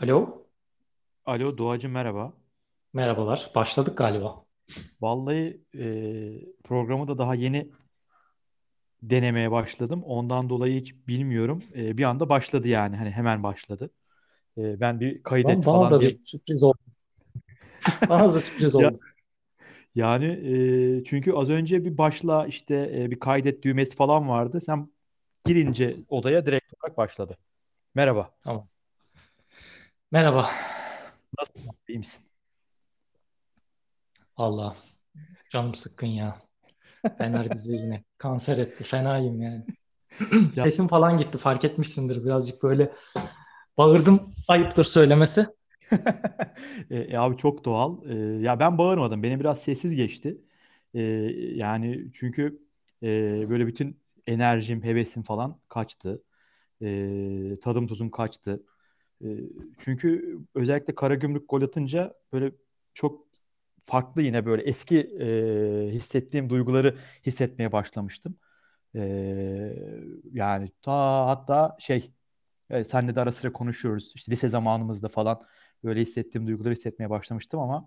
Alo, Alo Doğacığım merhaba. merhabalar. Başladık galiba. Vallahi programı da daha yeni denemeye başladım. Ondan dolayı hiç bilmiyorum. Bir anda başladı yani. Hani hemen başladı. Ben bir kaydet Bana falan da diye. bir sürpriz oldu. Bana da sürpriz Ya oldu. yani çünkü az önce bir başla işte bir kaydet düğmesi falan vardı. Sen girince odaya direkt olarak başladı. Merhaba. Tamam. Merhaba. Nasılsın? İyi misin? Allah, canım sıkkın ya. Fener bizi yine kanser etti. Fenayım yani. Ya, Sesim falan gitti. Fark etmişsindir. Birazcık böyle bağırdım. Ayıptır söylemesi. Abi çok doğal. Ya ben bağırmadım. Benim biraz sessiz geçti. E, Yani çünkü böyle bütün enerjim, hevesim falan kaçtı. Tadım tuzum kaçtı. E, Çünkü özellikle Karagümrük gol atınca böyle çok farklı yine böyle eski hissettiğim duyguları hissetmeye başlamıştım. E, Yani hatta senle de ara sıra konuşuyoruz. İşte lise zamanımızda falan böyle hissettiğim duyguları hissetmeye başlamıştım ama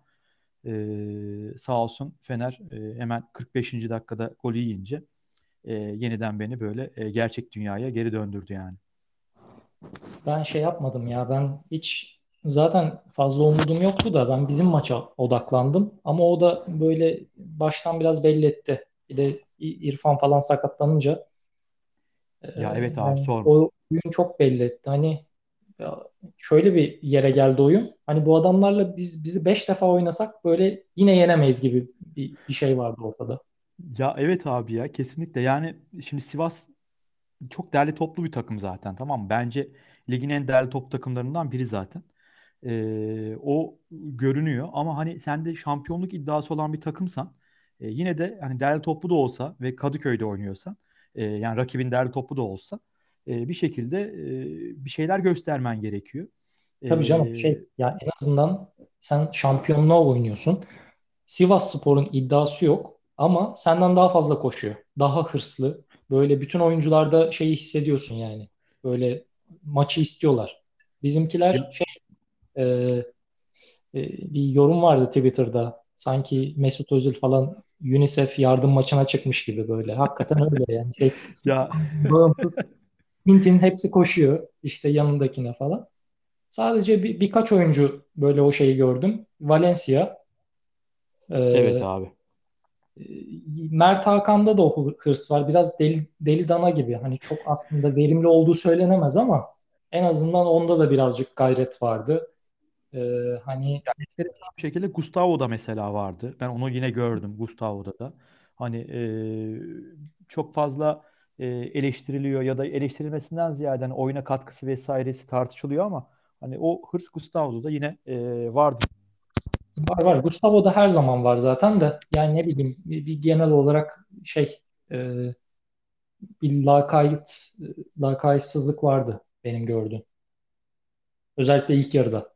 sağ olsun Fener hemen 45. dakikada golü yiyince yeniden beni böyle gerçek dünyaya geri döndürdü yani. Ben şey yapmadım ya. Ben hiç zaten fazla umudum yoktu da ben bizim maça odaklandım. Ama o da böyle baştan biraz belli etti. Bir de İrfan falan sakatlanınca Ya evet abi yani sorma. o oyun çok belli etti. Hani ya şöyle bir yere geldi oyun. Hani bu adamlarla bizi 5 defa oynasak böyle yine yenemeyiz gibi bir şey vardı ortada. Ya evet abi ya kesinlikle yani şimdi Sivas çok değerli toplu bir takım zaten, tamam mı? Bence ligin en değerli top takımlarından biri zaten. O görünüyor ama hani sen de şampiyonluk iddiası olan bir takımsan yine de hani değerli toplu da olsa ve Kadıköy'de oynuyorsan yani rakibin değerli toplu da olsa bir şekilde bir şeyler göstermen gerekiyor. Tabii canım E, şey ya en azından sen şampiyonluğa oynuyorsun. Sivasspor'un iddiası yok ama senden daha fazla koşuyor. Daha hırslı. Böyle bütün oyuncularda şeyi hissediyorsun yani. Böyle maçı istiyorlar. Bizimkiler ya, e, bir yorum vardı Twitter'da. Sanki Mesut Özil falan UNICEF yardım maçına çıkmış gibi böyle. Hakikaten öyle yani. ya Bağımsız. Tintin hepsi koşuyor işte yanındakine falan. Sadece birkaç oyuncu böyle o şeyi gördüm. Valencia, evet e, abi. Mert Hakan'da da o hırs var. Biraz deli dana gibi. Hani çok aslında verimli olduğu söylenemez ama en azından onda da birazcık gayret vardı. E, hani Ya enteresan bir şekilde Gustavo'da mesela vardı. Ben onu yine gördüm Gustavo'da da. Hani çok fazla eleştiriliyor ya da eleştirilmesinden ziyade hani oyuna katkısı vesairesi tartışılıyor ama hani o hırs Gustavo'da da yine vardı. var var. Gustavo'da her zaman var zaten de. Yani ne bileyim bir genel olarak e, bir lakaytsızlık vardı benim gördüğüm. Özellikle ilk yarıda.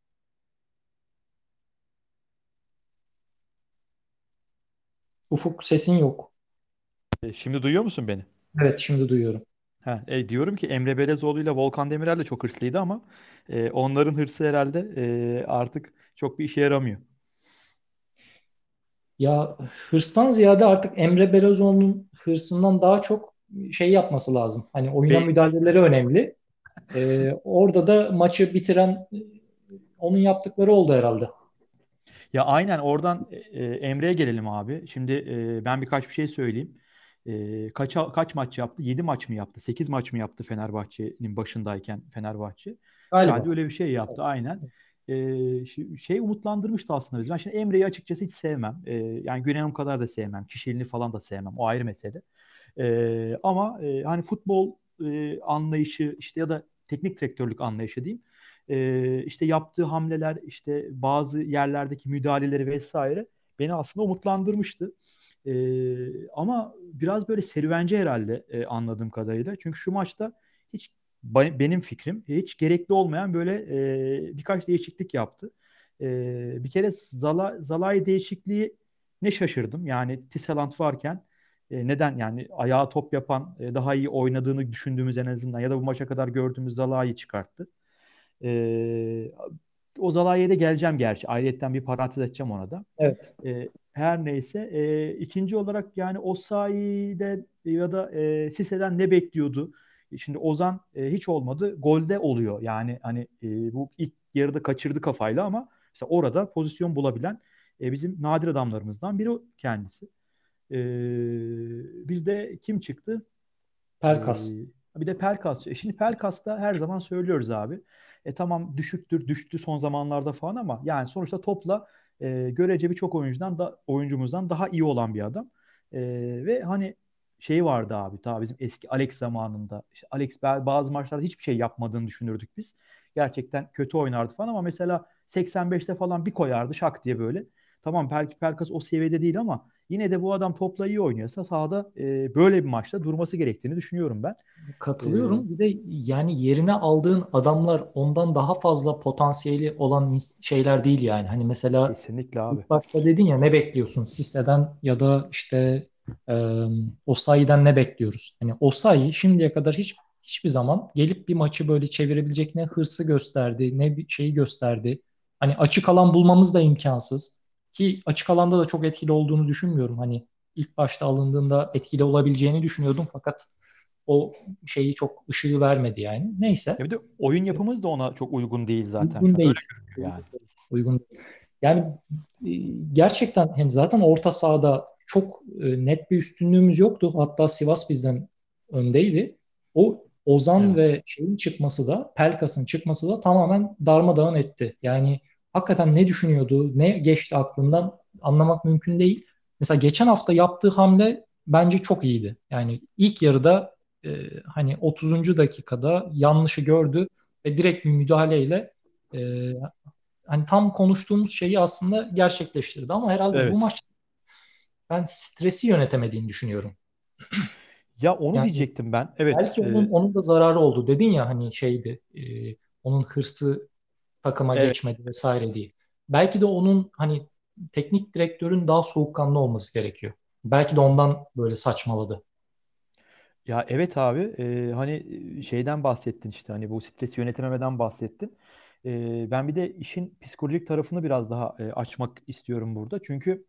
Ufuk sesin yok. Şimdi duyuyor musun beni? Evet şimdi duyuyorum. Ha, diyorum ki Emre Belezoğlu ile Volkan Demirel de çok hırslıydı ama onların hırsı herhalde artık çok bir işe yaramıyor. Ya hırstan ziyade artık Emre Belözoğlu'nun hırsından daha çok şey yapması lazım. Hani oyuna Be- müdahaleleri önemli. Orada da maçı bitiren onun yaptıkları oldu herhalde. Ya aynen oradan Emre'ye gelelim abi. Şimdi ben birkaç bir şey söyleyeyim. Kaç maç yaptı? 7 maç mı yaptı? 8 maç mı yaptı Fenerbahçe'nin başındayken Fenerbahçe? Herhalde Galiba. öyle bir şey yaptı aynen. Şey umutlandırmıştı aslında bizi. Ben şimdi Emre'yi açıkçası hiç sevmem. Yani Güney'im kadar da sevmem. Kişiliğini falan da sevmem. O ayrı mesele. Ama hani futbol anlayışı işte ya da teknik direktörlük anlayışı diyeyim. İşte yaptığı hamleler, işte bazı yerlerdeki müdahaleleri vesaire beni aslında umutlandırmıştı. Ama biraz böyle serüvenci herhalde anladığım kadarıyla. Çünkü şu maçta hiç benim fikrim hiç gerekli olmayan böyle birkaç değişiklik yaptı. Bir kere Zalai değişikliği ne şaşırdım. Yani Tisserand varken neden yani ayağa top yapan daha iyi oynadığını düşündüğümüz en azından ya da bu maça kadar gördüğümüz Zalai'yi çıkarttı. E, O Zalai'ye de geleceğim gerçi. Ayrıyetten bir parantez açacağım ona da. Evet. Her neyse. İkinci olarak yani Osayi'de ya da Sise'den ne bekliyordu? Şimdi Ozan hiç olmadı. Golde oluyor. Yani hani bu ilk yarıda kaçırdı kafayla ama mesela orada pozisyon bulabilen bizim nadir adamlarımızdan biri kendisi. E, Bir de kim çıktı? Pelkas. Bir de Pelkas. Şimdi Pelkas'ta her zaman söylüyoruz abi. Tamam düşüktür, düştü son zamanlarda falan ama yani sonuçta topla görece birçok oyuncumuzdan daha iyi olan bir adam. E, Ve hani şey vardı abi ta bizim eski Alex zamanında. İşte Alex bazı maçlarda hiçbir şey yapmadığını düşünürdük biz. Gerçekten kötü oynardı falan ama mesela 85'te falan bir koyardı şak diye böyle. Tamam belki Pelkas o seviyede değil ama yine de bu adam topla iyi oynuyorsa sahada böyle bir maçta durması gerektiğini düşünüyorum ben. E, Katılıyorum. Bir de yani yerine aldığın adamlar ondan daha fazla potansiyeli olan şeyler değil yani. Hani mesela Kesinlikle abi. ilk başta dedin ya, ne bekliyorsun? Sisse'den ya da işte e, Osayi'den ne bekliyoruz? Hani Osayi şimdiye kadar hiçbir zaman gelip bir maçı böyle çevirebilecek ne hırsı gösterdi, ne bir şeyi gösterdi. Hani açık alan bulmamız da imkansız. Ki açık alanda da çok etkili olduğunu düşünmüyorum. Hani ilk başta alındığında etkili olabileceğini düşünüyordum fakat o şeyi çok ışığı vermedi yani. Neyse. Bir de oyun yapımız da ona çok uygun değil zaten şu Uygun an. Öyle değil. görünüyor yani. Uygun değil. Yani gerçekten hani zaten orta sahada çok net bir üstünlüğümüz yoktu. Hatta Sivas bizden öndeydi. O Ozan Evet. ve şeyin çıkması da, Pelkas'ın çıkması da tamamen darmadağın etti. Yani hakikaten ne düşünüyordu, ne geçti aklından anlamak mümkün değil. Mesela geçen hafta yaptığı hamle bence çok iyiydi. Yani ilk yarıda e, hani 30. dakikada yanlışı gördü ve direkt bir müdahaleyle e, hani tam konuştuğumuz şeyi aslında gerçekleştirdi. Ama herhalde bu Evet. maç ben stresi yönetemediğini düşünüyorum. Ya onu Yani diyecektim ben. Evet. belki onun da zararı oldu. Dedin ya hani şeydi, onun hırsı takıma Evet. geçmedi vesaire diye. Belki de onun hani teknik direktörün daha soğukkanlı olması gerekiyor. Belki de ondan böyle saçmaladı. Ya evet abi. Hani şeyden bahsettin işte hani bu stresi yönetememeden bahsettin. Ben bir de işin psikolojik tarafını biraz daha açmak istiyorum burada. Çünkü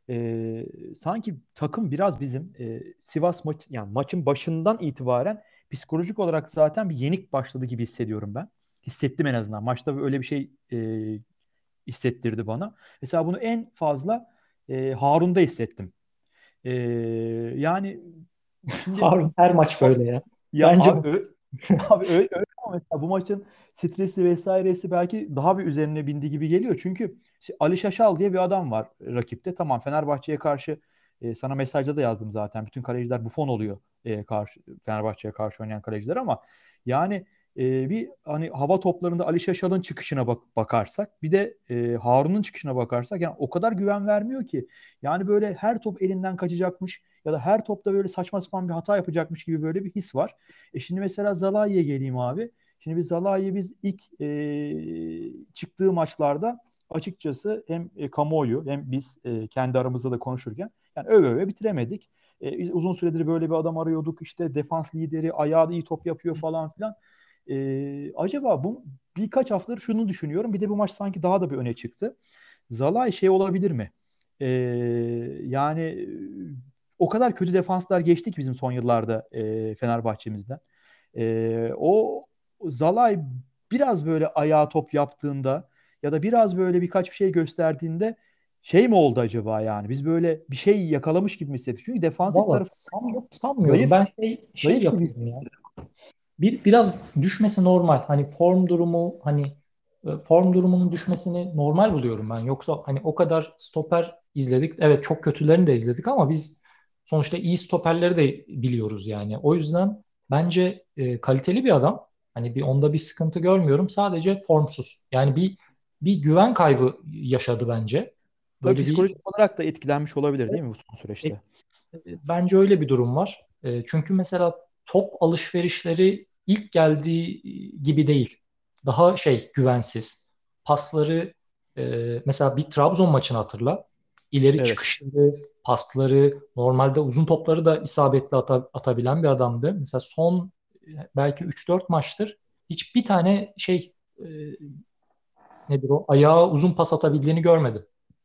sanki takım biraz bizim Sivas maç yani maçın başından itibaren psikolojik olarak zaten bir yenik başladı gibi hissediyorum ben. Hissettim en azından. Maçta öyle bir şey hissettirdi bana. Mesela bunu en fazla Harun'da hissettim. E, Yani şimdi Harun her maç böyle ya. ya Bence abi abi öyle ama mesela bu maçın stresi vesairesi belki daha bir üzerine bindi gibi geliyor. Çünkü işte Ali Şaşal diye bir adam var rakipte. Tamam Fenerbahçe'ye karşı sana mesajda da yazdım zaten. Bütün kaleciler Buffon oluyor karşı Fenerbahçe'ye karşı oynayan kaleciler ama yani bir hani hava toplarında Ali Şaşal'ın çıkışına bakarsak bir de Harun'un çıkışına bakarsak yani o kadar güven vermiyor ki. Yani böyle her top elinden kaçacakmış ya da her topta böyle saçma sapan bir hata yapacakmış gibi böyle bir his var. Şimdi mesela Zalai'ye geleyim abi. Şimdi biz ilk çıktığı maçlarda açıkçası hem kamuoyu hem biz kendi aramızda da konuşurken yani öve öve bitiremedik. Uzun süredir böyle bir adam arıyorduk. İşte defans lideri, ayağı da iyi top yapıyor falan filan. Acaba bu birkaç haftadır şunu düşünüyorum. Bir de bu maç sanki daha da bir öne çıktı. Zalai şey olabilir mi? Ee, Yani o kadar kötü defanslar geçti ki bizim son yıllarda Fenerbahçe'mizden. O Zalai biraz böyle ayağa top yaptığında ya da biraz böyle birkaç bir şey gösterdiğinde şey mi oldu acaba yani? Biz böyle bir şey yakalamış gibi mi hissettik? Çünkü defansif valla tarafı sanmıyorum. zayıf, Ben şey zayıf gibi yapıyorum ya. Biraz düşmesi normal. Hani form durumunun düşmesini normal buluyorum ben. Yoksa hani o kadar stoper izledik. Evet, çok kötülerini de izledik ama biz sonuçta iyi stoperleri de biliyoruz yani. O yüzden bence kaliteli bir adam. Hani onda bir sıkıntı görmüyorum. Sadece formsuz. Yani bir güven kaybı yaşadı bence. tabii Böyle bir psikolojik olarak da etkilenmiş olabilir değil mi bu son e, süreçte? bence öyle bir durum var. Çünkü mesela top alışverişleri ilk geldiği gibi değil. Daha güvensiz. Pasları mesela bir Trabzon maçını hatırla. İleri Evet. çıkışları, pasları, normalde uzun topları da isabetli atabilen bir adamdı. Mesela son belki 3-4 maçtır hiçbir tane nedir o, ayağa uzun pas atabildiğini görmedim.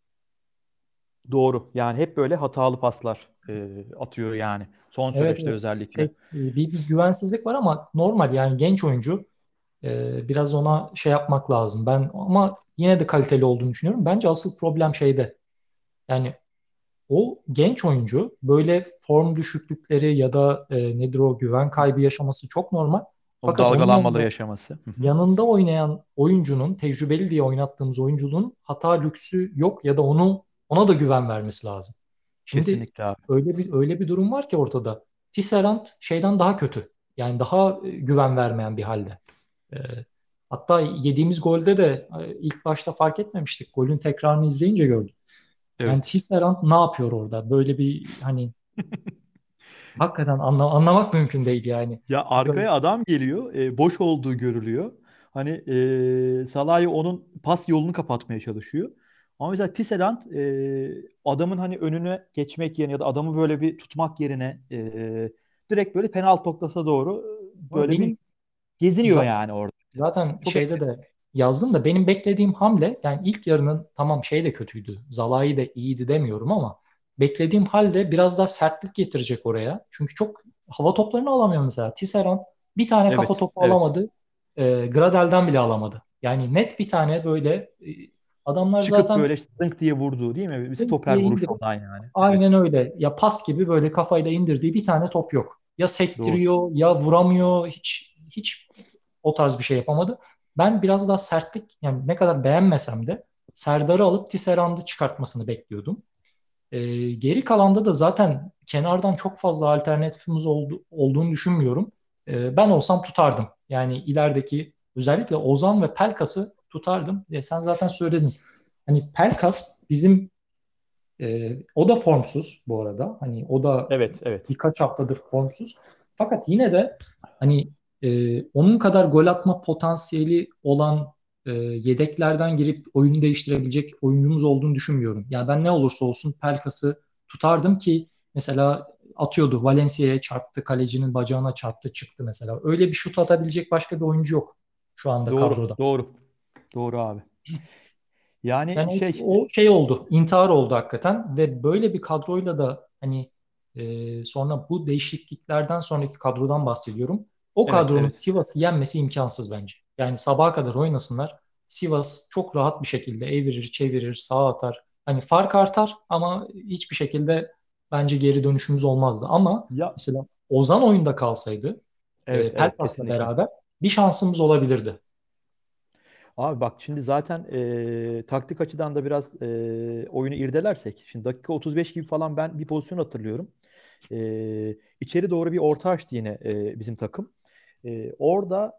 Doğru. Yani hep böyle hatalı paslar atıyor yani. Son Evet, süreçte evet. özellikle. Bir güvensizlik var ama normal yani, genç oyuncu. Biraz ona şey yapmak lazım. Ben ama yine de kaliteli olduğunu düşünüyorum. Bence asıl problem şeyde. Yani o genç oyuncu böyle form düşüklükleri ya da nedir o, güven kaybı yaşaması çok normal. O Fakat onun dalgalanmaları yanında yaşaması. Hı hı. yanında oynayan oyuncunun, tecrübeli diye oynattığımız oyuncunun hata lüksü yok ya da ona da güven vermesi lazım. Şimdi Kesinlikle abi. öyle bir durum var ki ortada. Tisserand şeyden daha kötü. Yani daha güven vermeyen bir halde. E, Hatta yediğimiz golde de ilk başta fark etmemiştik. Golün tekrarını izleyince gördüm. Yani Evet. Tisserand ne yapıyor orada? Böyle bir hani, hakikaten anlamak mümkün değil yani. Ya Böyle, arkaya adam geliyor. Boş olduğu görülüyor. Hani Salahi onun pas yolunu kapatmaya çalışıyor. Ama mesela Tisserand adamın hani önüne geçmek yerine ya da adamı böyle bir tutmak yerine direkt böyle penaltı noktasına doğru ama böyle bir geziniyor yani orada. zaten Çok şeyde enteresan. de yazdım da, benim beklediğim hamle, yani ilk yarının tamam şey de kötüydü. Zalai de iyiydi demiyorum ama beklediğim halde biraz daha sertlik getirecek oraya. Çünkü çok hava toplarını alamıyor mesela. Tisserand bir tane kafa Evet, topu evet. alamadı. Gradel'den bile alamadı. Yani net bir tane böyle adamlar Çıkıp zaten böyle zınk diye vurduğu değil mi? Bir tık stoper diye vuruş indirip, ondan yani. aynen Evet. öyle. Ya pas gibi böyle kafayla indirdiği bir tane top yok. Ya Doğru. sektiriyor ya vuramıyor. Hiç o tarz bir şey yapamadı. Ben biraz daha sertlik, yani ne kadar beğenmesem de Serdar'ı alıp Tisserand'ı çıkartmasını bekliyordum. Geri kalanda da zaten kenardan çok fazla alternatifimiz olduğunu düşünmüyorum. Ben olsam tutardım. Yani ilerideki özellikle Ozan ve Pelkas'ı tutardım. Sen zaten söyledin. Hani Pelkas bizim, o da formsuz bu arada. Hani o da Evet, evet. birkaç haftadır formsuz. Fakat yine de hani onun kadar gol atma potansiyeli olan yedeklerden girip oyunu değiştirebilecek oyuncumuz olduğunu düşünmüyorum. Yani ben ne olursa olsun Pelkas'ı tutardım ki mesela atıyordu. Valencia'ya çarptı, kalecinin bacağına çarptı, çıktı mesela. Öyle bir şut atabilecek başka bir oyuncu yok şu anda Doğru, kadroda. doğru. Doğru abi. Yani Yani o, şey o şey oldu, intihar oldu hakikaten ve böyle bir kadroyla da hani sonra bu değişikliklerden sonraki kadrodan bahsediyorum. O evet, kadronun evet. Sivas'ı yenmesi imkansız bence. Yani sabaha kadar oynasınlar. Sivas çok rahat bir şekilde evirir, çevirir, sağa atar. Hani fark artar ama hiçbir şekilde bence geri dönüşümüz olmazdı. Ama Ya mesela Ozan oyunda kalsaydı, evet, evet, Pelkas'la kesinlikle. beraber bir şansımız olabilirdi. Abi bak şimdi zaten taktik açıdan da biraz oyunu irdelersek. Şimdi dakika 35 gibi falan ben bir pozisyon hatırlıyorum. İçeri doğru bir orta açtı yine bizim takım. Orada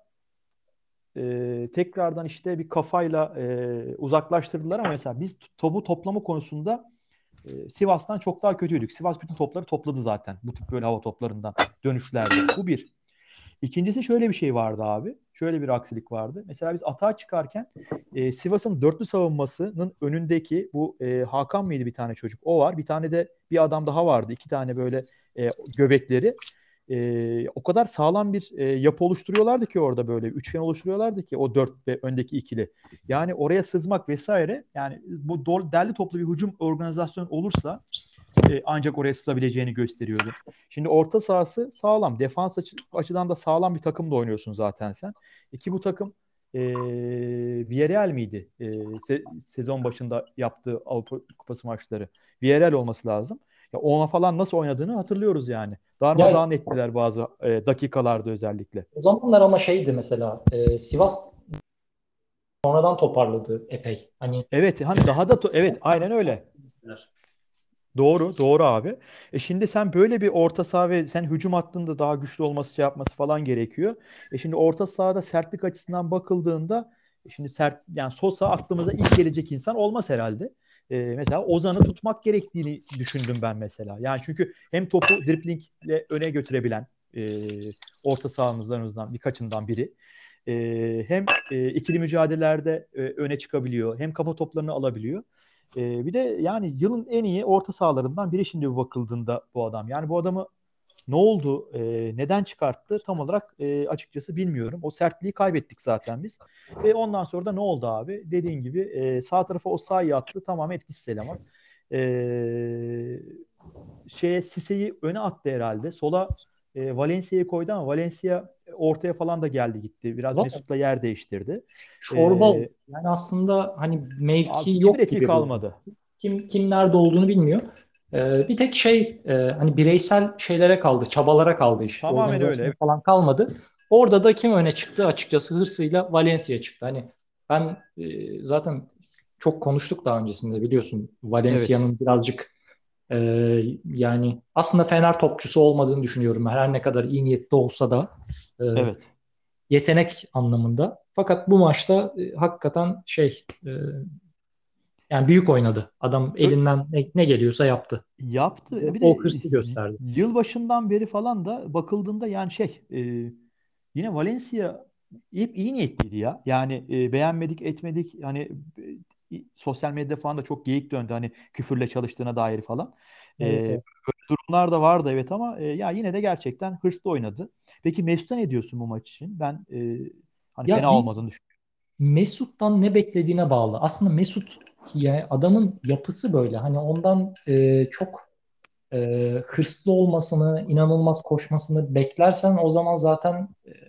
tekrardan işte bir kafayla uzaklaştırdılar ama mesela biz topu toplama konusunda Sivas'tan çok daha kötüydük. Sivas bütün topları topladı zaten. Bu tip böyle hava toplarından dönüşlerde. Bu bir. İkincisi şöyle bir şey vardı abi. Şöyle bir aksilik vardı. Mesela biz atağa çıkarken Sivas'ın dörtlü savunmasının önündeki bu Hakan mıydı bir tane çocuk? O var. Bir tane de bir adam daha vardı. İki tane böyle göbekleri. O kadar sağlam bir yapı oluşturuyorlardı ki orada böyle üçgen oluşturuyorlardı ki o dört ve öndeki ikili. Yani oraya sızmak vesaire yani bu derli toplu bir hücum organizasyonu olursa ancak oraya sızabileceğini gösteriyordu. Şimdi orta sahası sağlam. Defans açıdan da sağlam bir takımla oynuyorsun zaten sen. Ki bu takım e, Villarreal miydi? Sezon başında yaptığı Avrupa Kupası maçları. Villarreal olması lazım. Ya ona falan nasıl oynadığını hatırlıyoruz yani. Ya Darmadağın ettiler bazı dakikalarda özellikle. o zamanlar ama şeydi mesela, Sivas sonradan toparladı epey. Hani Evet hani daha da evet son aynen senede öyle. yaptı mesela. Doğru, doğru abi. Şimdi sen böyle bir orta saha ve sen hücum hattında daha güçlü olması, şey yapması falan gerekiyor. Şimdi orta sahada sertlik açısından bakıldığında şimdi sert yani Sosa aklımıza ilk gelecek insan olmaz herhalde. Mesela Ozan'ı tutmak gerektiğini düşündüm ben mesela. Yani çünkü hem topu driblingle öne götürebilen orta sahamızlarımızdan birkaçından biri. Hem ikili mücadelelerde öne çıkabiliyor, hem kafa toplarını alabiliyor. Bir de yani yılın en iyi orta sahalarından biri şimdi bakıldığında bu adam. Yani bu adamı Ne oldu? Neden çıkarttı? Tam olarak açıkçası bilmiyorum. O sertliği kaybettik zaten biz. Ve ondan sonra da ne oldu abi? Dediğin gibi sağ tarafa o sağı attı. Tamamen etkisiz eleman. E, Sise'yi öne attı herhalde. Sola Valencia'yı koydu ama Valencia ortaya falan da geldi gitti. Biraz Zaten Mesut'la yer değiştirdi. çorba E, yani aslında hani Abi mevki hiçbir yok ritmi gibi böyle. kalmadı. Kim nerede olduğunu bilmiyor. Bir tek hani bireysel şeylere kaldı, çabalara kaldı iş. Tamamen öyle. Organizasyon Evet. falan kalmadı. Orada da kim öne çıktı açıkçası hırsıyla Valencia çıktı. Hani ben zaten çok konuştuk daha öncesinde biliyorsun Evet. Valencia'nın birazcık e, yani aslında Fener topçusu olmadığını düşünüyorum. Her ne kadar iyi niyetli olsa da e, Evet. yetenek anlamında. Fakat bu maçta hakikaten yani büyük oynadı. Adam Ö- elinden ne geliyorsa yaptı. Yaptı. Bir O de hırsı gösterdi. yılbaşından beri falan da bakıldığında yani yine Valencia hep iyi niyetliydi ya. Yani beğenmedik etmedik hani sosyal medyada falan da çok geyik döndü hani küfürle çalıştığına dair falan. Evet, evet. Böyle durumlar da vardı evet ama ya yine de gerçekten hırslı oynadı. Peki Mesut'a ne diyorsun bu maç için? Ben hani Ya fena bir olmadığını düşünüyorum. Mesut'tan ne beklediğine bağlı. Aslında Mesut yani adamın yapısı böyle. Hani ondan çok hırslı olmasını, inanılmaz koşmasını beklersen o zaman zaten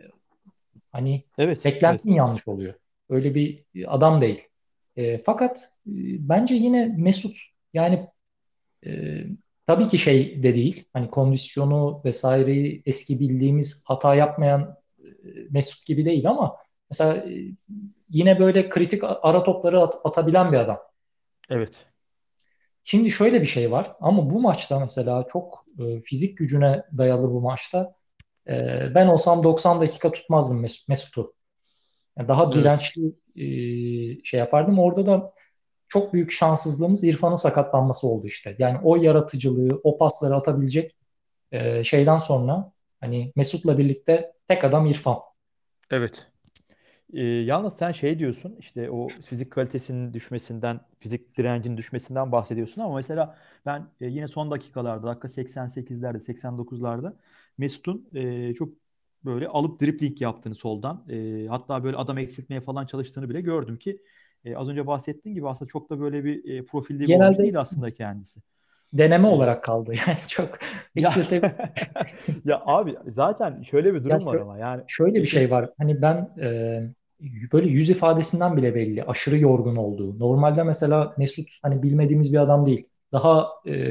hani Evet, evet. beklentin yanlış oluyor. Öyle bir adam değil. Fakat bence yine Mesut yani Ee, tabii ki şey de değil. Hani kondisyonu vesaireyi eski bildiğimiz hata yapmayan Mesut gibi değil ama mesela yine böyle kritik ara topları atabilen bir adam. Evet. Şimdi şöyle bir şey var ama bu maçta mesela çok fizik gücüne dayalı bu maçta ben olsam 90 dakika tutmazdım Mesut'u. Yani daha Evet. dirençli şey yapardım. Orada da çok büyük şanssızlığımız İrfan'ın sakatlanması oldu işte. Yani o yaratıcılığı, o pasları atabilecek şeyden sonra hani Mesut'la birlikte tek adam İrfan. Evet. Yalnız sen şey diyorsun işte o fizik kalitesinin düşmesinden, fizik direncinin düşmesinden bahsediyorsun ama mesela ben yine son dakikalarda, dakika 88'lerde, 89'larda Mesut'un çok böyle alıp dribling yaptığını soldan, hatta böyle adam eksiltmeye falan çalıştığını bile gördüm ki az önce bahsettiğin gibi aslında çok da böyle bir profilde bir oyuncu Genelde değil aslında kendisi. deneme E, olarak kaldı. Yani çok ya eksiltebilir. ya abi zaten şöyle bir Ya durum var ama yani şöyle bir şimdi şey var. Hani ben böyle yüz ifadesinden bile belli. Aşırı yorgun olduğu. Normalde mesela Mesut hani bilmediğimiz bir adam değil. Daha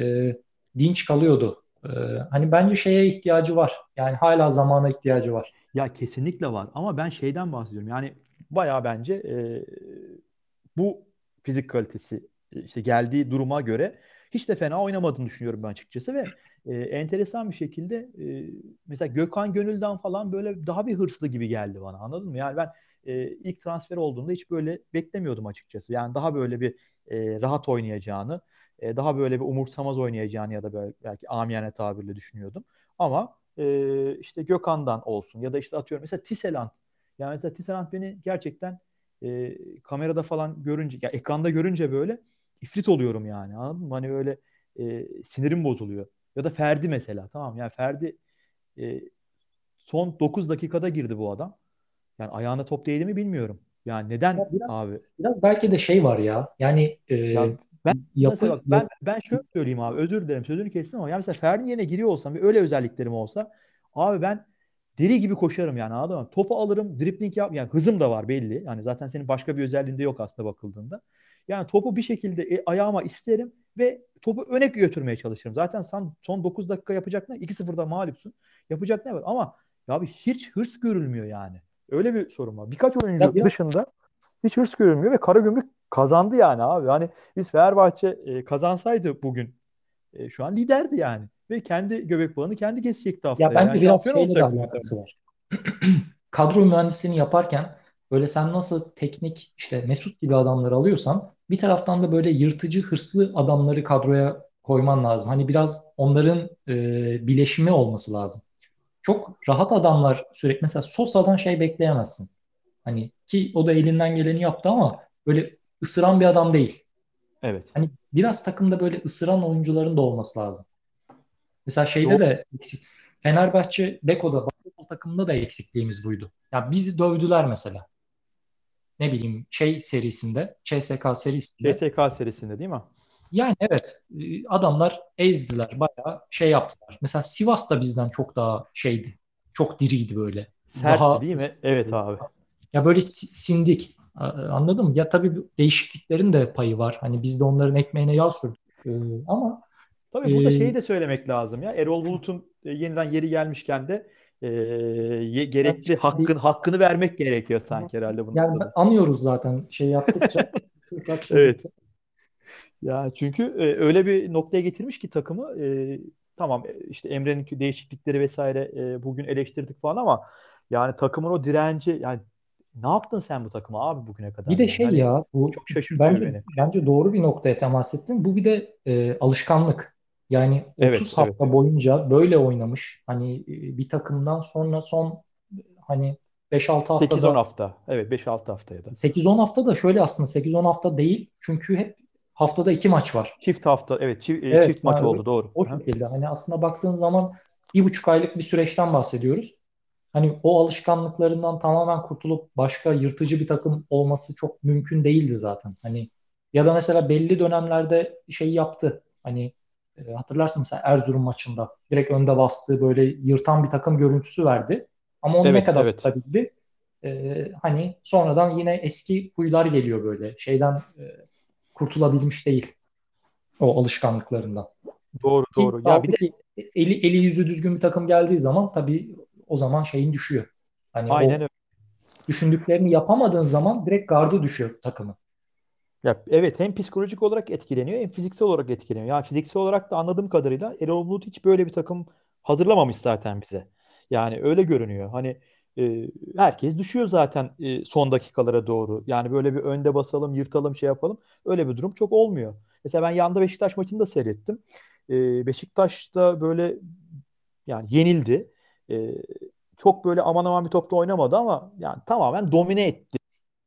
dinç kalıyordu. Hani bence şeye ihtiyacı var. Yani hala zamana ihtiyacı var. ya kesinlikle var ama ben şeyden bahsediyorum. Yani bayağı bence bu fizik kalitesi işte geldiği duruma göre hiç de fena oynamadığını düşünüyorum ben açıkçası ve enteresan bir şekilde mesela Gökhan Gönül'den falan böyle daha bir hırslı gibi geldi bana anladın mı? Yani ben ilk transfer olduğunda hiç böyle beklemiyordum açıkçası. Yani daha böyle bir rahat oynayacağını, daha böyle bir umursamaz oynayacağını ya da böyle belki amiyane tabirle düşünüyordum. Ama işte Gökhan'dan olsun ya da işte atıyorum mesela Tisserand. Yani mesela Tisserand beni gerçekten kamerada falan görünce ya ekranda görünce böyle ifrit oluyorum yani anladın mı? Hani böyle sinirim bozuluyor. Ya da Ferdi mesela tamam yani Ferdi e, son 9 dakikada girdi bu adam. Yani ayağına top değdi mi bilmiyorum. Yani Ya neden biraz abi? biraz belki de şey var ya. Yani Ya ben mesela yapı bak ben şöyle söyleyeyim abi özür dilerim sözünü kestim ama ya mesela Ferdi'nin yerine giriyor olsam ve öyle özelliklerim olsa abi ben deli gibi koşarım yani anladın mı? Topu alırım, dribling yap yani hızım da var belli. Yani zaten senin başka bir özelliğinde yok aslında bakıldığında. Yani topu bir şekilde ayağıma isterim ve topu öne götürmeye çalışırım. Zaten son 9 dakika yapacak ne? 2-0'da mağlupsun. Yapacak ne var? Ama ya abi hiç hırs görülmüyor yani. Öyle bir sorun var. Birkaç ya oyuncu biraz dışında hiç hırs görülmüyor ve Karagümrük kazandı yani abi. Hani biz Fenerbahçe kazansaydı bugün şu an liderdi yani. Ve kendi göbek bağını kendi kesecekti ya haftaya. bence Yani biraz şampiyon şeyle de olacaktı muhtemelen. alakası var. Kadro mühendisliğini yaparken böyle sen nasıl teknik işte Mesut gibi adamları alıyorsan bir taraftan da böyle yırtıcı hırslı adamları kadroya koyman lazım. Hani biraz onların bileşimi olması lazım. Çok rahat adamlar sürekli mesela Sosa'dan şey bekleyemezsin. Hani ki o da elinden geleni yaptı ama böyle ısıran bir adam değil. Evet. Hani biraz takımda böyle ısıran oyuncuların da olması lazım. Mesela şeyde Doğru. de eksik. Fenerbahçe Beko'da basketbol takımında da eksikliğimiz buydu. Ya bizi dövdüler mesela. Ne bileyim şey serisinde, CSK serisinde. CSK serisinde değil mi? Yani evet, adamlar ezdiler, bayağı şey yaptılar. Mesela Sivas da bizden çok daha şeydi. Çok diriydi böyle. Sertti Daha değil mi? Evet abi. ya böyle sindik. Anladın mı? Ya tabii bu değişikliklerin de payı var. Hani biz de onların ekmeğine yağ sürdük. Ama e, Tabii burada şeyi de söylemek lazım ya. Erol Bulut'un yeniden yeri gelmişken de evet, gerekli hakkını vermek gerekiyor sanki herhalde bu yani noktada. anıyoruz zaten şey yaptıkça. Fırsat Evet. buldukça. Ya çünkü öyle bir noktaya getirmiş ki takımı tamam işte Emre'nin değişiklikleri vesaire bugün eleştirdik falan ama yani takımın o direnci yani ne yaptın sen bu takıma abi bugüne Bir kadar de yani şey hani ya bu çok şaşırtıyor bence beni. bence doğru bir noktaya temas ettin. Bu bir de alışkanlık. Yani Evet, 30 evet. hafta boyunca böyle oynamış. Hani bir takımdan sonra son hani 5-6 8-10 haftada hafta. Evet, 5-6 haftaya da. 8-10 hafta da şöyle aslında 8-10 hafta değil. Çünkü hep haftada 2 maç var. Çift hafta evet çift Evet maç yani oldu doğru. o Aha. şekilde. Hani aslında baktığın zaman 1,5 aylık bir süreçten bahsediyoruz. Hani o alışkanlıklarından tamamen kurtulup başka yırtıcı bir takım olması çok mümkün değildi zaten. Hani ya da mesela belli dönemlerde şey yaptı. Hani hatırlarsın mesela Erzurum maçında direkt önde bastığı böyle yırtan bir takım görüntüsü verdi. Ama onu ne Evet, kadar evet. tutabildi? Hani sonradan yine eski huylar geliyor böyle. Şeyden kurtulabilmiş değil o alışkanlıklarından. Doğru, Ki doğru. Ya bir kaldı de ki eli yüzü düzgün bir takım geldiği zaman tabii o zaman şeyin düşüyor. Hani aynen o öyle. düşündüklerini yapamadığın zaman direkt gardı düşüyor takımın. Ya evet hem psikolojik olarak etkileniyor hem fiziksel olarak etkileniyor. Yani fiziksel olarak da anladığım kadarıyla Erol Bulut hiç böyle bir takım hazırlamamış zaten bize. Yani öyle görünüyor. Hani herkes düşüyor zaten son dakikalara doğru. Yani böyle bir önde basalım, yırtalım, şey yapalım. Öyle bir durum çok olmuyor. Mesela ben yanda Beşiktaş maçını da seyrettim. Beşiktaş da böyle yani yenildi. E, Çok böyle aman aman bir topta oynamadı ama yani tamamen domine etti.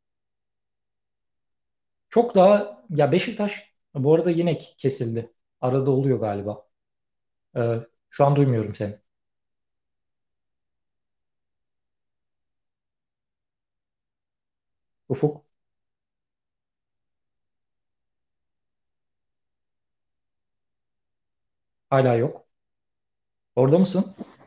Çok daha ya Beşiktaş bu arada yine kesildi. Arada oluyor galiba. Şu an duymuyorum seni. Ufuk hala yok. Orada mısın?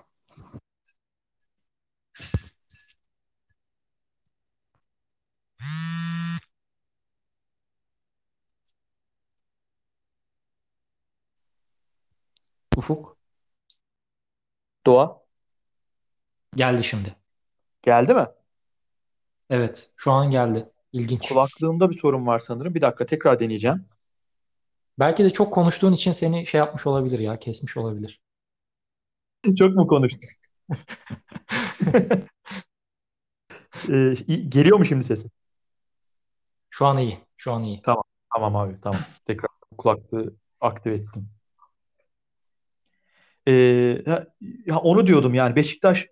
Ufuk Doğa. geldi şimdi. Geldi mi? Evet, şu an geldi. İlginç. Kulaklığımda bir sorun var sanırım. Bir dakika tekrar deneyeceğim. Belki de çok konuştuğun için seni şey yapmış olabilir ya, kesmiş olabilir. Çok mu konuştum? Geliyor mu şimdi sesin? Şu an iyi. Şu an iyi. Tamam. Tamam abi tamam. Tekrar kulaklığı aktive ettim. Ya onu diyordum yani Beşiktaş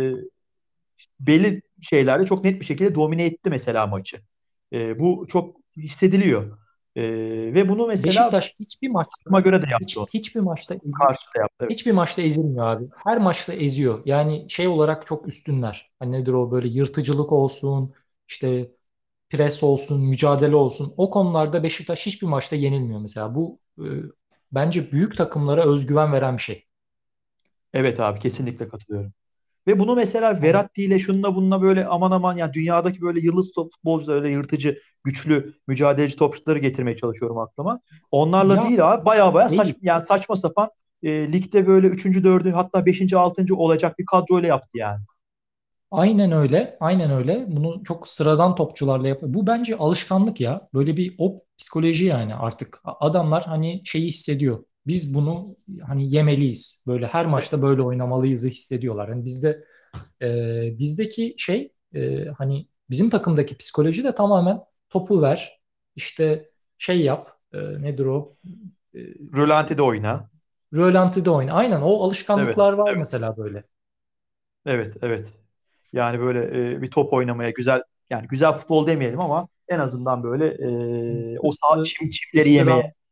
belli şeylerde çok net bir şekilde domine etti mesela maçı. Bu çok hissediliyor. E, Ve bunu mesela Beşiktaş hiçbir maçta takıma göre de yaptı onu. hiçbir maçta Karşı da yaptı. Evet. hiçbir maçta ezilmiyor abi. Her maçta eziyor. Yani şey olarak çok üstünler. Hani nedir o böyle yırtıcılık olsun, işte pres olsun, mücadele olsun. O konularda Beşiktaş hiçbir maçta yenilmiyor mesela. Bu bence büyük takımlara özgüven veren bir şey. Evet abi kesinlikle katılıyorum. Ve bunu mesela Yani Verratti ile şununla bununla böyle aman aman yani dünyadaki böyle yıldız futbolcular öyle yırtıcı, güçlü, mücadeleci topçuları getirmeye çalışıyorum aklıma. Onlarla ya değil abi baya baya değil. yani saçma sapan ligde böyle üçüncü, dördüncü hatta beşinci, altıncı olacak bir kadroyla yaptı yani. Aynen öyle. Aynen öyle. Bunu çok sıradan topçularla yapıyor. Bu bence alışkanlık ya. Böyle bir o psikoloji yani artık. Adamlar hani şeyi hissediyor. Biz bunu hani yemeliyiz. Böyle her maçta böyle oynamalıyızı hissediyorlar. Hani bizdeki şey hani bizim takımdaki psikoloji de tamamen topu ver. İşte şey yap. Nedir o? E, Rölanti'de oyna. Rölanti'de oyna. Aynen o Evet, alışkanlıklar var mesela böyle. evet, evet. Yani böyle bir top oynamaya güzel yani güzel futbol demeyelim ama en azından böyle o sağ Hırslı, çimleri yemeye. ısıran.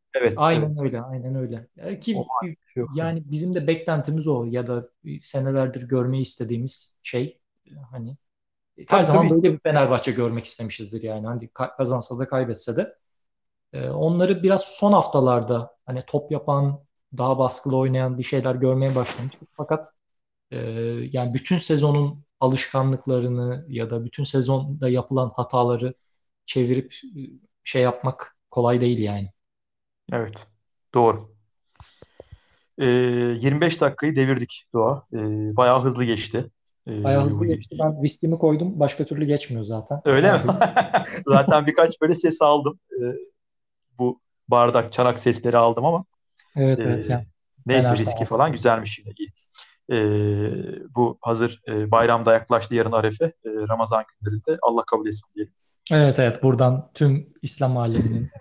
Evet, Aynen evet. öyle, aynen öyle. O Ki maalesef yok yani. yani bizim de beklentimiz o ya da senelerdir görmeyi istediğimiz şey hani her Tabii zaman tabii. böyle bir Fenerbahçe görmek istemişizdir yani. Hani kazansa da kaybetse de. Onları biraz son haftalarda hani top yapan, daha baskılı oynayan bir şeyler görmeye başlamıştık. Fakat e, yani bütün sezonun alışkanlıklarını ya da bütün sezonda yapılan hataları çevirip şey yapmak kolay değil yani. Evet. Doğru. Ee, 25 dakikayı devirdik Doğa. Bayağı hızlı geçti. Bayağı Bu hızlı geçti. Ben viskimi koydum. Başka türlü geçmiyor zaten. Ne öyle mi? yapayım? Zaten birkaç böyle ses aldım. Bu bardak, çanak sesleri aldım ama Evet e, evet yani. Fener neyse sağ viski olsun. falan güzelmiş yine iyi. Bu hazır bayramda yaklaştı yarın Arefe. Ramazan günlerinde Allah kabul etsin diyelim. Evet evet buradan tüm İslam aleminin.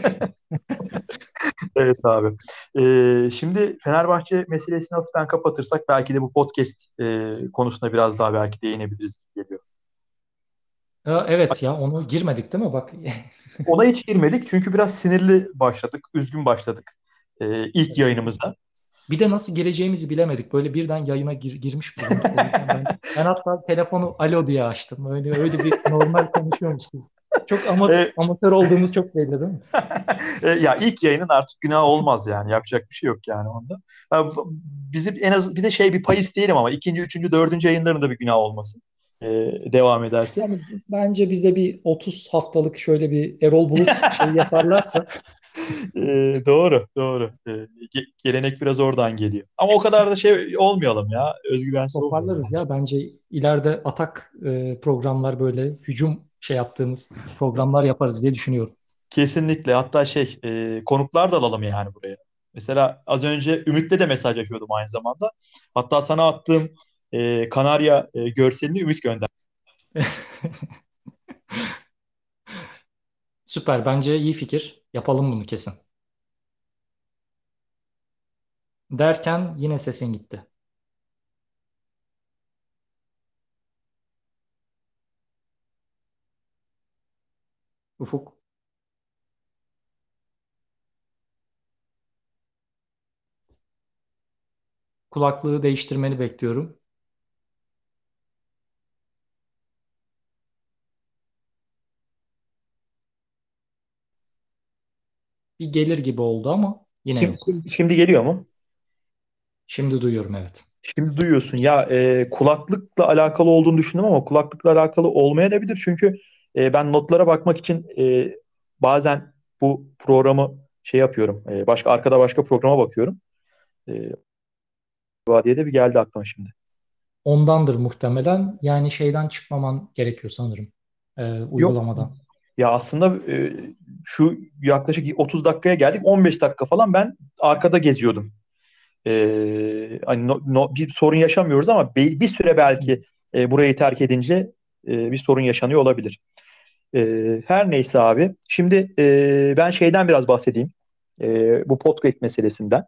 Evet abi. Şimdi Fenerbahçe meselesini hafiften kapatırsak belki de bu podcast konusuna biraz daha belki değinebiliriz gibi geliyor. Evet ya onu girmedik değil mi? Bak. Ona hiç girmedik çünkü biraz sinirli başladık, üzgün başladık ilk yayınımızda. Bir de nasıl gireceğimizi bilemedik. Böyle birden yayına girmiş bulunduk. O yüzden ben hatta telefonu alo diye açtım. Öyle bir normal konuşuyormuş gibi. Çok E, amatör olduğumuz çok belli değil mi? Ya ilk yayının artık günah olmaz yani yapacak bir şey yok yani onda. Bizim en az bir de bir pay isteyelim ama ikinci, üçüncü, dördüncü yayınlarında bir günah olmasın. E, Devam ederse. Yani bence bize bir 30 haftalık şöyle bir Erol Bulut şey yaparlarsa Doğru, doğru. Gelenek biraz oradan geliyor. Ama o kadar da olmayalım ya. Özgüvensiz olmayalım. toparlarız ya. Bence ileride atak programlar böyle hücum şey yaptığımız programlar yaparız diye düşünüyorum. Kesinlikle. Hatta konuklar da alalım yani buraya. Mesela az önce Ümit'le de mesajlaşıyordum aynı zamanda. Hatta sana attığım Kanarya görselini Ümit gönder. Süper. Bence iyi fikir. Yapalım bunu kesin. Derken yine sesin gitti. Ufuk, kulaklığı değiştirmeni bekliyorum. Bir gelir gibi oldu ama yine yok. Şimdi geliyor mu? Şimdi duyuyorum evet. Şimdi duyuyorsun. Ya kulaklıkla alakalı olduğunu düşündüm ama kulaklıkla alakalı olmayabilir. Çünkü ben notlara bakmak için bazen bu programı yapıyorum. Arkada başka programa bakıyorum. E, diye de bir geldi aklıma şimdi. Ondandır muhtemelen. Yani şeyden çıkmaman gerekiyor sanırım. Yok. Uygulamadan. Ya aslında şu yaklaşık 30 dakikaya geldik. 15 dakika falan ben arkada geziyordum. Hani bir sorun yaşamıyoruz ama bir süre belki burayı terk edince bir sorun yaşanıyor olabilir. Her neyse abi. Şimdi ben şeyden biraz bahsedeyim. Bu podcast meselesinden.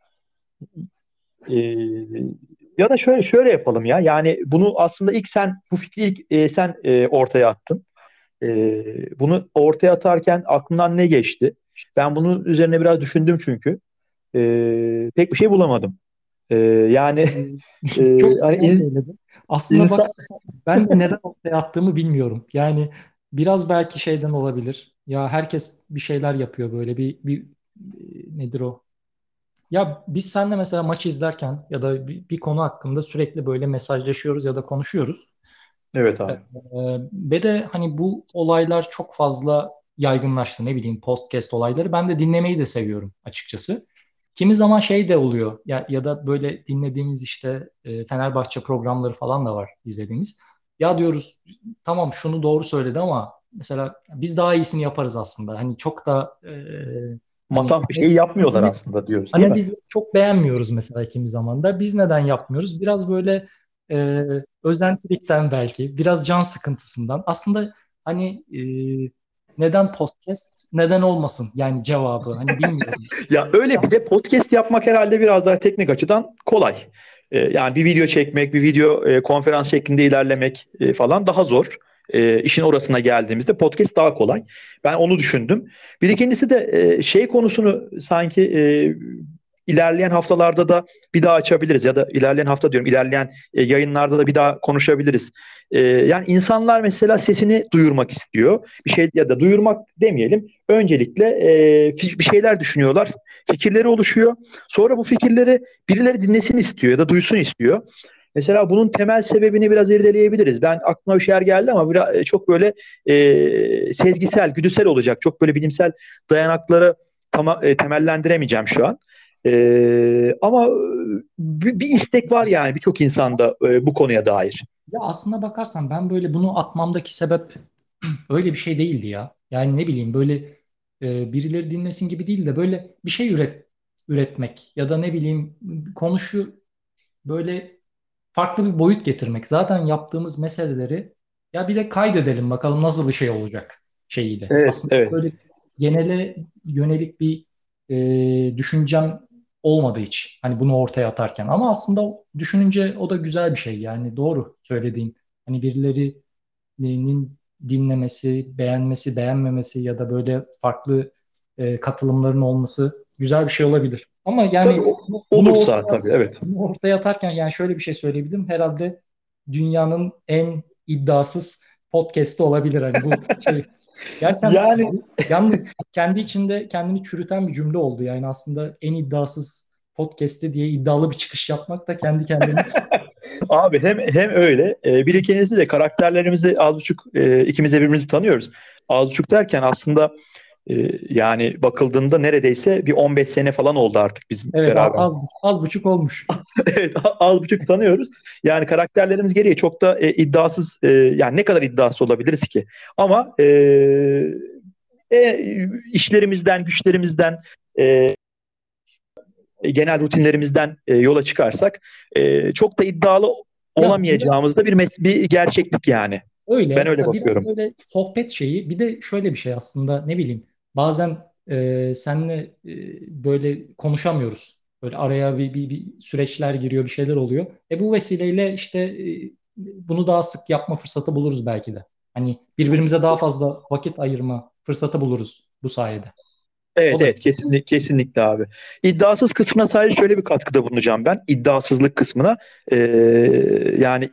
E, Ya da şöyle yapalım ya. Yani bunu aslında bu fikri sen ortaya attın. Bunu ortaya atarken aklımdan ne geçti? Ben bunun üzerine biraz düşündüm çünkü. Pek bir şey bulamadım. Yani Çok hani güzel söyledin. Aslında insan. bak ben de neden ortaya attığımı bilmiyorum. Yani biraz belki şeyden olabilir. Ya herkes bir şeyler yapıyor böyle nedir o? Ya biz seninle mesela maç izlerken ya da bir konu hakkında sürekli böyle mesajlaşıyoruz ya da konuşuyoruz. Evet Ee, abi. Ve de hani bu olaylar çok fazla yaygınlaştı ne bileyim podcast olayları. Ben de dinlemeyi de seviyorum açıkçası. Kimi zaman şey de oluyor ya da böyle dinlediğimiz işte Fenerbahçe programları falan da var izlediğimiz. Ya diyoruz tamam şunu doğru söyledi ama mesela biz daha iyisini yaparız aslında. Hani çok da hani Matah bir şey yapmıyorlar aslında diyoruz değil mi? analizi çok beğenmiyoruz mesela kimi zaman da. Biz neden yapmıyoruz? Biraz böyle e, özentilikten belki, biraz can sıkıntısından. Aslında hani neden podcast, neden olmasın? Yani cevabı hani bilmiyorum. Ya öyle bir de podcast yapmak herhalde biraz daha teknik açıdan kolay. Yani bir video çekmek, bir video konferans şeklinde ilerlemek falan daha zor. işin orasına geldiğimizde podcast daha kolay. Ben onu düşündüm. Bir ikincisi de şey konusunu sanki ilerleyen haftalarda da bir daha açabiliriz ya da ilerleyen hafta diyorum ilerleyen yayınlarda da bir daha konuşabiliriz. Yani insanlar mesela sesini duyurmak istiyor. Bir şey ya da duyurmak demeyelim. Öncelikle bir şeyler düşünüyorlar. Fikirleri oluşuyor. Sonra bu fikirleri birileri dinlesin istiyor ya da duysun istiyor. Mesela bunun temel sebebini biraz irdeleyebiliriz. Ben aklıma bir şeyler geldi ama biraz, çok böyle sezgisel, güdüsel olacak. Çok böyle bilimsel dayanakları temellendiremeyeceğim şu an. Ama bir istek var yani birçok insanda bu konuya dair. Ya aslına bakarsan ben böyle bunu atmamdaki sebep öyle bir şey değildi ya. Yani ne bileyim böyle birileri dinlesin gibi değil de böyle bir şey üretmek ya da ne bileyim konuşu böyle farklı bir boyut getirmek. Zaten yaptığımız meseleleri ya bir de kaydedelim bakalım nasıl bir şey olacak şeyiyle. Evet, Aslında evet. böyle genele yönelik bir düşüncem olmadı hiç. Hani bunu ortaya atarken. Ama aslında düşününce o da güzel bir şey. Yani doğru söylediğin. Hani birilerinin dinlemesi, beğenmesi, beğenmemesi ya da böyle farklı katılımların olması güzel bir şey olabilir. Ama Tabii yani bunu olursa ortaya tabii evet. bunu ortaya atarken yani şöyle bir şey söyleyebilirim. Herhalde dünyanın en iddiasız podcast'i olabilir. Hani bu şey gerçekten Yani yalnız kendi içinde kendini çürüten bir cümle oldu. Yani aslında en iddiasız podcast'i diye iddialı bir çıkış yapmak da kendi kendini. abi hem öyle bir ikincisi de karakterlerimizi az buçuk ikimiz de birbirimizi tanıyoruz. Az buçuk derken aslında yani bakıldığında neredeyse bir 15 sene falan oldu artık bizim Evet, beraber. az buçuk olmuş. Evet, az buçuk tanıyoruz. Yani karakterlerimiz gereği çok da iddiasız yani ne kadar iddiasız olabiliriz ki? Ama işlerimizden, güçlerimizden, e, genel rutinlerimizden yola çıkarsak çok da iddialı Ya biraz olamayacağımız da bir gerçeklik yani. Ben öyle. öyle Ya biraz bakıyorum. böyle sohbet şeyi. Bir de şöyle bir şey aslında ne bileyim. Bazen senle böyle konuşamıyoruz. Böyle araya bir süreçler giriyor, bir şeyler oluyor. Bu vesileyle işte bunu daha sık yapma fırsatı buluruz belki de. Hani birbirimize daha fazla vakit ayırma fırsatı buluruz bu sayede. O Evet da evet kesinlikle abi. İddiasız kısmına sadece şöyle bir katkıda bulunacağım ben. İddiasızlık kısmına Ee, yani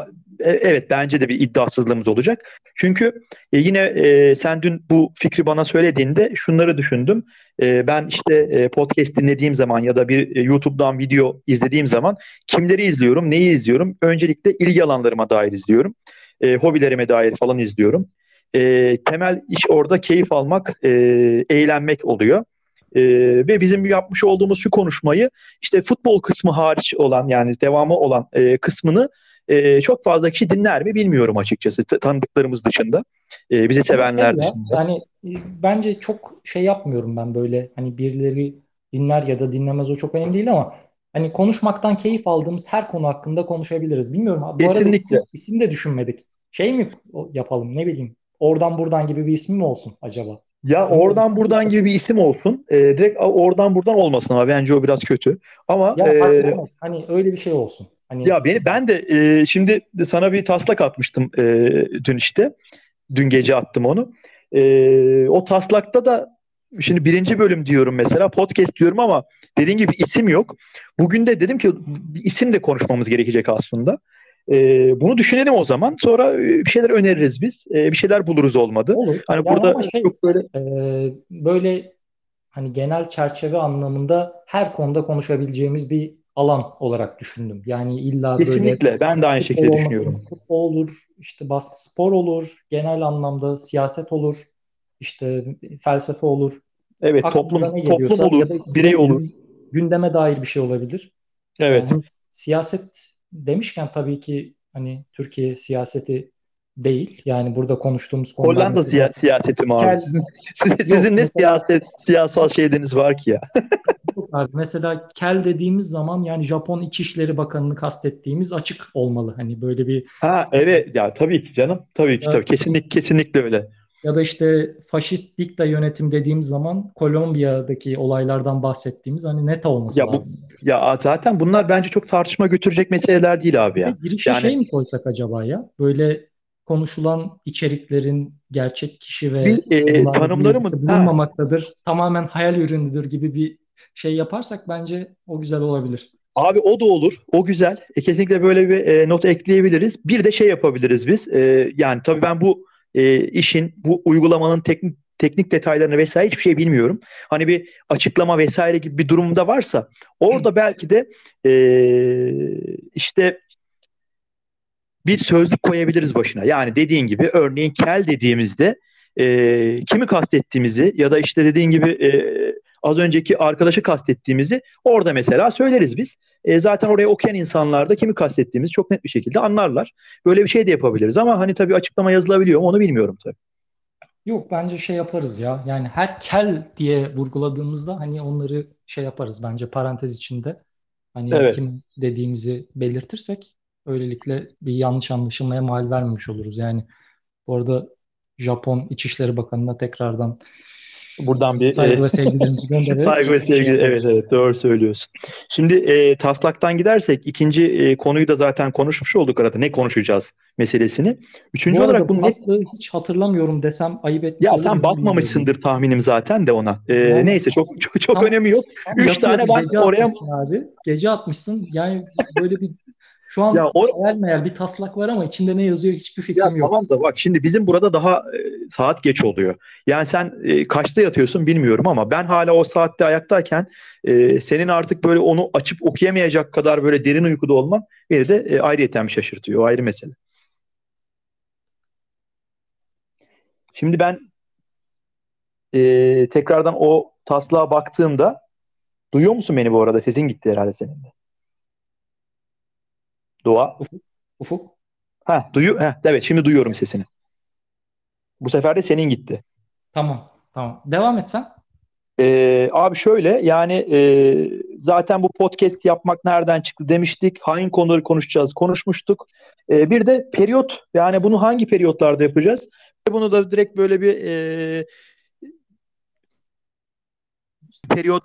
evet bence de bir iddiasızlığımız olacak. Çünkü yine sen dün bu fikri bana söylediğinde şunları düşündüm. Ben işte podcast dinlediğim zaman ya da bir YouTube'dan video izlediğim zaman kimleri izliyorum, neyi izliyorum? Öncelikle ilgi alanlarıma dair izliyorum. Hobilerime dair falan izliyorum. Temel iş orada keyif almak, eğlenmek oluyor. E, Ve bizim yapmış olduğumuz şu konuşmayı işte futbol kısmı hariç olan yani devamı olan kısmını çok fazla kişi dinler mi bilmiyorum açıkçası tanıdıklarımız dışında. Bizi ama şey sevenler ya dışında. yani bence çok şey yapmıyorum ben böyle hani birileri dinler ya da dinlemez o çok önemli değil ama hani konuşmaktan keyif aldığımız her konu hakkında konuşabiliriz. Bilmiyorum bu arada Kesinlikle. isim de düşünmedik. Şey mi yapalım ne bileyim oradan buradan gibi bir ismi mi olsun acaba? Ya Bilmiyorum. oradan buradan gibi bir isim olsun. Direkt oradan buradan olmasın ama bence o biraz kötü. Ama Ya fark etmez. Hani öyle bir şey olsun. Hani ya ben de şimdi sana bir taslak atmıştım dün işte. Dün gece attım onu. O taslakta da şimdi birinci bölüm diyorum mesela podcast diyorum ama dediğim gibi isim yok. Bugün de dedim ki bir isim de konuşmamız gerekecek aslında. Bunu düşünelim o zaman. Sonra bir şeyler öneririz biz. Bir şeyler buluruz olmadı. olur. Hani Yani burada ama şey çok böyle böyle hani genel çerçeve anlamında her konuda konuşabileceğimiz bir alan olarak düşündüm. Yani illa böyle kesinlikle ben de aynı futbol şekilde olmasın, düşünüyorum. futbol olur, işte spor olur, genel anlamda siyaset olur, işte felsefe olur. Evet Aklımıza ne toplum geliyorsa olur, ya da birey olur. gündeme dair bir şey olabilir. Evet. Hani siyaset demişken tabii ki hani Türkiye siyaseti değil. Yani burada konuştuğumuz konular Hollanda mesela siyaseti mi abi? kel yok Sizin ne mesela siyasal şeyleriniz var ki ya? yok abi. Mesela kel dediğimiz zaman yani Japon İçişleri Bakanı'nı kastettiğimiz açık olmalı. Hani böyle bir Ha evet ya tabii ki canım. Tabii ki ya, tabii. Kesinlikle öyle. ya da işte faşist dikta yönetim dediğimiz zaman Kolombiya'daki olaylardan bahsettiğimiz hani net olması Ya lazım. zaten bunlar bence çok tartışma götürecek meseleler değil abi Bir de ya. girişe Yani şey mi koysak acaba ya? Böyle konuşulan içeriklerin gerçek kişi ve Bir konularla bir tanımları mı? ilgisi Ha, bulunmamaktadır. Tamamen hayal ürünüdür gibi bir şey yaparsak bence o güzel olabilir. abi o da olur. O güzel. Kesinlikle böyle bir not ekleyebiliriz. Bir de şey yapabiliriz biz. Yani tabii ben bu işin, bu uygulamanın teknik detaylarını vesaire hiçbir şey bilmiyorum. Hani bir açıklama vesaire gibi bir durumda varsa orada belki de işte bir sözlük koyabiliriz başına. Yani dediğin gibi örneğin kel dediğimizde kimi kastettiğimizi ya da işte dediğin gibi az önceki arkadaşı kastettiğimizi orada mesela söyleriz biz. Zaten oraya okuyan insanlar da kimi kastettiğimizi çok net bir şekilde anlarlar. Böyle bir şey de yapabiliriz ama hani tabii açıklama yazılabiliyor mu onu bilmiyorum tabii. Yok bence şey yaparız ya. Yani her kel diye vurguladığımızda hani onları şey yaparız bence parantez içinde. Hani Evet. kim dediğimizi belirtirsek öylelikle bir yanlış anlaşılmaya mal vermemiş oluruz. Yani bu arada Japon İçişleri Bakanı'na tekrardan Buradan bir saygı ve sevgilerimizi göndererek saygı ve şey sevgi. yapalım. Evet, evet, doğru söylüyorsun. Şimdi taslaktan gidersek ikinci konuyu da zaten konuşmuş olduk arada. Ne konuşacağız meselesini. Üçüncü Bu olarak arada bunun Paslı hiç hatırlamıyorum desem ayıp etmiş ya olur sen muyum bilmiyorum. bakmamışsındır tahminim zaten de ona. Yani Neyse çok tam önemi yok. tam Üç yatı tane yatı ben gece oraya atmışsın abi. Gece atmışsın. Yani böyle bir şu ya an o hayal meyal bir taslak var ama içinde ne yazıyor hiçbir ya fikrim yok. tamam da bak şimdi bizim burada daha saat geç oluyor. Yani sen kaçta yatıyorsun bilmiyorum ama ben hala o saatte ayaktayken senin artık böyle onu açıp okuyamayacak kadar böyle derin uykuda olman beni de ayrıyeten bir şaşırtıyor. O ayrı mesele. Şimdi ben tekrardan o taslağa baktığımda duyuyor musun beni bu arada? Sesin gitti herhalde senin de. Doğa. Ufuk. Ufuk. Evet, şimdi duyuyorum sesini. Bu sefer de senin gitti. Tamam. Tamam. Devam etsen. Abi şöyle yani zaten bu podcast yapmak nereden çıktı demiştik. Hangi konuları konuşacağız konuşmuştuk. Bir de periyot yani bunu hangi periyotlarda yapacağız? Bunu da direkt böyle bir periyot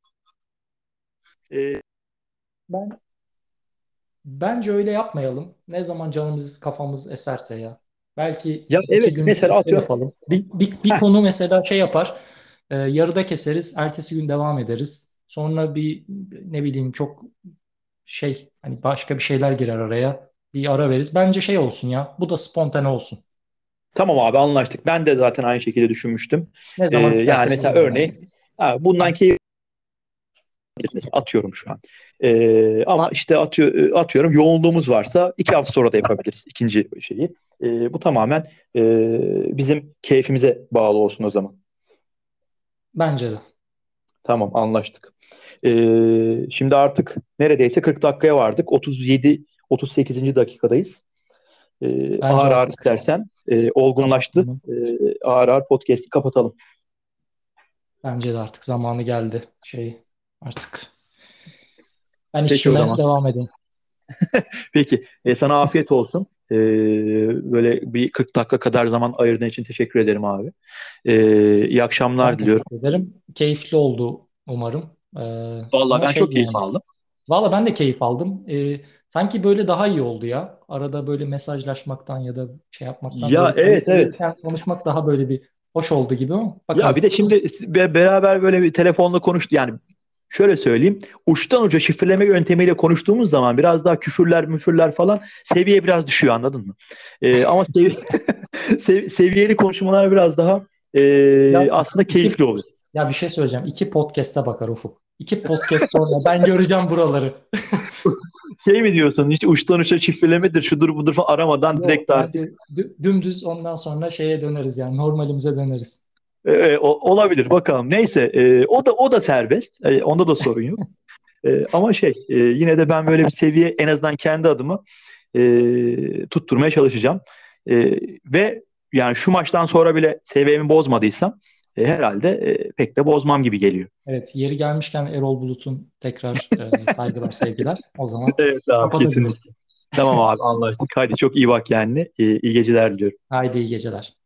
e, Ben bence öyle yapmayalım. Ne zaman canımız kafamız eserse ya. Belki ya iki evet gün üst mesela üste atıyorum. yapalım. Bir Heh, konu mesela şey yapar. Yarıda keseriz. Ertesi gün devam ederiz. Sonra bir ne bileyim çok şey hani başka bir şeyler girer araya. Bir ara veririz. Bence şey olsun ya. Bu da spontane olsun. tamam abi anlaştık. Ben de zaten aynı şekilde düşünmüştüm. Ne zaman Yani istersek o mesela zaman abi. örneğin bundan Heh. keyif mesela atıyorum şu an. Ama Va- işte atıyorum yoğunluğumuz varsa 2 hafta sonra da yapabiliriz ikinci şeyi. Bu tamamen bizim keyfimize bağlı olsun o zaman. Bence de. Tamam anlaştık. Şimdi artık neredeyse 40 dakikaya vardık. 38. dakikadayız. Bence Ağır ağır artık istersen olgunlaştı. kapatmanın. Ağır ağır podcast'i kapatalım. Bence de artık zamanı geldi. Şey artık ben Peki o işime zaman. devam edeyim. Peki. Sana afiyet olsun. Böyle bir 40 dakika kadar zaman ayırdığın için teşekkür ederim abi. İyi Ben akşamlar diliyorum. teşekkür ederim. Keyifli oldu umarım. Vallahi Ama ben çok şeydi keyif yani. aldım. Valla ben de keyif aldım. Sanki böyle daha iyi oldu ya. Arada böyle mesajlaşmaktan ya da şey yapmaktan Ya böyle evet, kayıt evet. alırken konuşmak daha böyle bir hoş oldu gibi ama Ya bakalım. bir de şimdi beraber böyle bir telefonla konuştu. Yani şöyle söyleyeyim. Uçtan uca şifreleme yöntemiyle konuştuğumuz zaman biraz daha küfürler müfürler falan seviye biraz düşüyor anladın mı? Ama seviyeli konuşmalar biraz daha Ya aslında iki keyifli oluyor. ya bir şey söyleyeceğim. İki podcast'e bakar Ufuk. İki podcast sonra ben göreceğim buraları. Şey mi diyorsun hiç uçtan uca şifrelemedir şudur budur falan aramadan Yok direkt artık bence dümdüz ondan sonra şeye döneriz yani normalimize döneriz. olabilir bakalım. Neyse o da serbest. Onda da sorun yok. Ama yine de ben böyle bir seviye en azından kendi adıma tutturmaya çalışacağım. Ve yani şu maçtan sonra bile seviyemi bozmadıysam herhalde pek de bozmam gibi geliyor. Evet yeri gelmişken Erol Bulut'un tekrar saygılar sevgiler. O zaman Evet abi kesinlikle. kapatabiliriz. Tamam abi anlaştık. Hadi çok iyi bak kendine. İyi geceler diliyorum. Haydi iyi geceler.